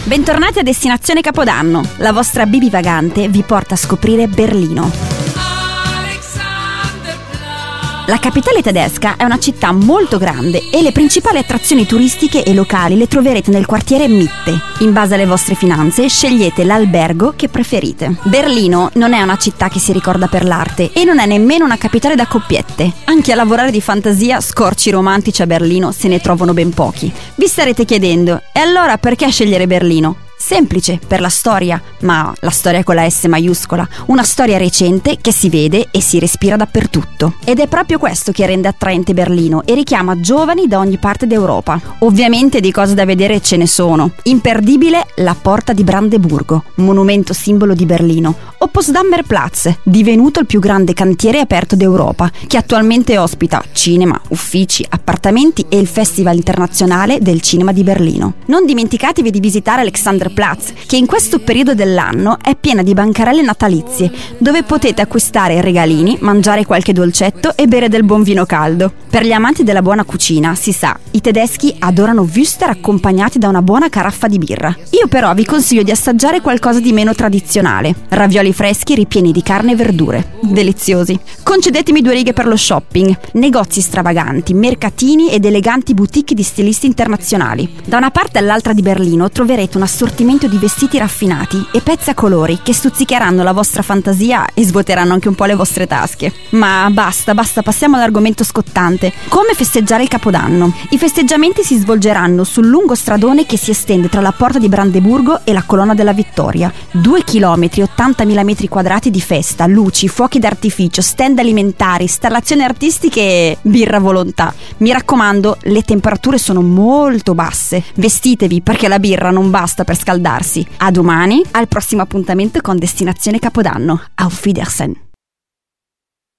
Bentornati a Destinazione Capodanno. La vostra Bibi vagante vi porta a scoprire Berlino. La capitale tedesca è una città molto grande e le principali attrazioni turistiche e locali le troverete nel quartiere Mitte. In base alle vostre finanze scegliete l'albergo che preferite. Berlino non è una città che si ricorda per l'arte e non è nemmeno una capitale da coppiette. Anche a lavorare di fantasia scorci romantici a Berlino se ne trovano ben pochi. Vi starete chiedendo, e allora perché scegliere Berlino? Semplice, per la storia, ma la storia con la S maiuscola, una storia recente che si vede e si respira dappertutto. Ed è proprio questo che rende attraente Berlino e richiama giovani da ogni parte d'Europa. Ovviamente di cose da vedere ce ne sono. Imperdibile la Porta di Brandeburgo, monumento simbolo di Berlino, o Potsdamer Platz, divenuto il più grande cantiere aperto d'Europa, che attualmente ospita cinema, uffici, appartamenti e il Festival internazionale del cinema di Berlino. Non dimenticatevi di visitare Alexanderplatz, che in questo periodo dell'anno è piena di bancarelle natalizie, dove potete acquistare regalini, mangiare qualche dolcetto e bere del buon vino caldo. Per gli amanti della buona cucina, si sa, i tedeschi adorano Würstel accompagnati da una buona caraffa di birra. Io però vi consiglio di assaggiare qualcosa di meno tradizionale: ravioli freschi ripieni di carne e verdure. Deliziosi. Concedetemi 2 righe per lo shopping. Negozi stravaganti, mercatini ed eleganti boutique di stilisti internazionali. Da una parte all'altra di Berlino troverete un assortimento di vestiti raffinati e pezzi a colori che stuzzicheranno la vostra fantasia e svuoteranno anche un po' le vostre tasche. Ma basta, passiamo all'argomento scottante. Come festeggiare il Capodanno? I festeggiamenti si svolgeranno sul lungo stradone che si estende tra la Porta di Brandeburgo e la Colonna della Vittoria. 2 chilometri, 80.000 metri quadrati di festa, luci, fuochi d'artificio, stand alimentari, installazioni artistiche e birra a volontà. Mi raccomando, le temperature sono molto basse. Vestitevi perché la birra non basta per scaldarsi. A domani, al prossimo appuntamento con Destinazione Capodanno. Auf Wiedersehen.